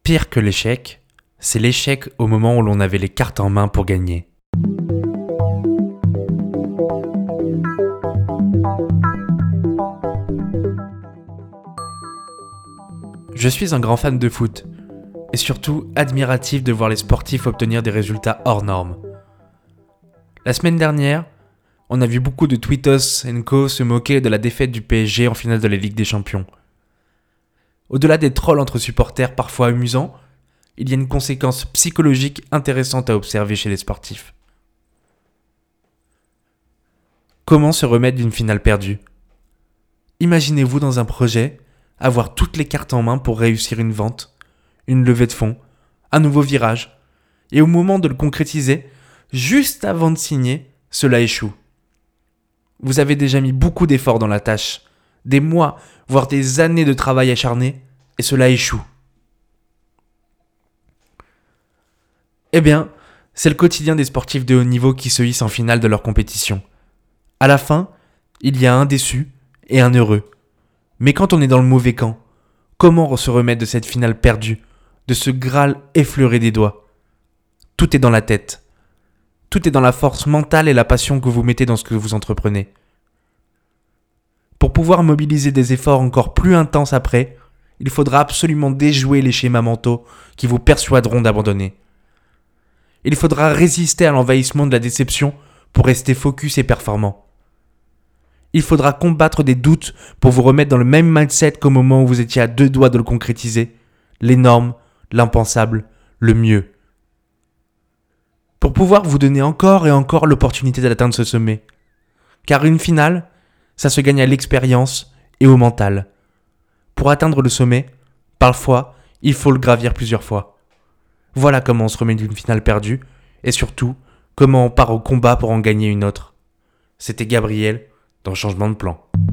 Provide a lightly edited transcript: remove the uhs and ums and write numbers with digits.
Pire que l'échec, c'est l'échec au moment où l'on avait les cartes en main pour gagner. Je suis un grand fan de foot, et surtout admiratif de voir les sportifs obtenir des résultats hors normes. La semaine dernière, on a vu beaucoup de tweetos et co se moquer de la défaite du PSG en finale de la Ligue des Champions. Au-delà des trolls entre supporters parfois amusants, il y a une conséquence psychologique intéressante à observer chez les sportifs. Comment se remettre d'une finale perdue ? Imaginez-vous dans un projet avoir toutes les cartes en main pour réussir une vente, une levée de fonds, un nouveau virage, et au moment de le concrétiser, juste avant de signer, cela échoue. Vous avez déjà mis beaucoup d'efforts dans la tâche, des mois, voire des années de travail acharné, et cela échoue. Eh bien, c'est le quotidien des sportifs de haut niveau qui se hissent en finale de leur compétition. À la fin, il y a un déçu et un heureux. Mais quand on est dans le mauvais camp, comment se remettre de cette finale perdue, de ce Graal effleuré des doigts ? Tout est dans la tête. Tout est dans la force mentale et la passion que vous mettez dans ce que vous entreprenez. Pour pouvoir mobiliser des efforts encore plus intenses après, il faudra absolument déjouer les schémas mentaux qui vous persuaderont d'abandonner. Il faudra résister à l'envahissement de la déception pour rester focus et performant. Il faudra combattre des doutes pour vous remettre dans le même mindset qu'au moment où vous étiez à 2 doigts de le concrétiser. L'énorme, l'impensable, le mieux. Pour pouvoir vous donner encore et encore l'opportunité d'atteindre ce sommet. Car une finale, ça se gagne à l'expérience et au mental. Pour atteindre le sommet, parfois, il faut le gravir plusieurs fois. Voilà comment on se remet d'une finale perdue, et surtout, comment on part au combat pour en gagner une autre. C'était Gabriel dans Changement de plan.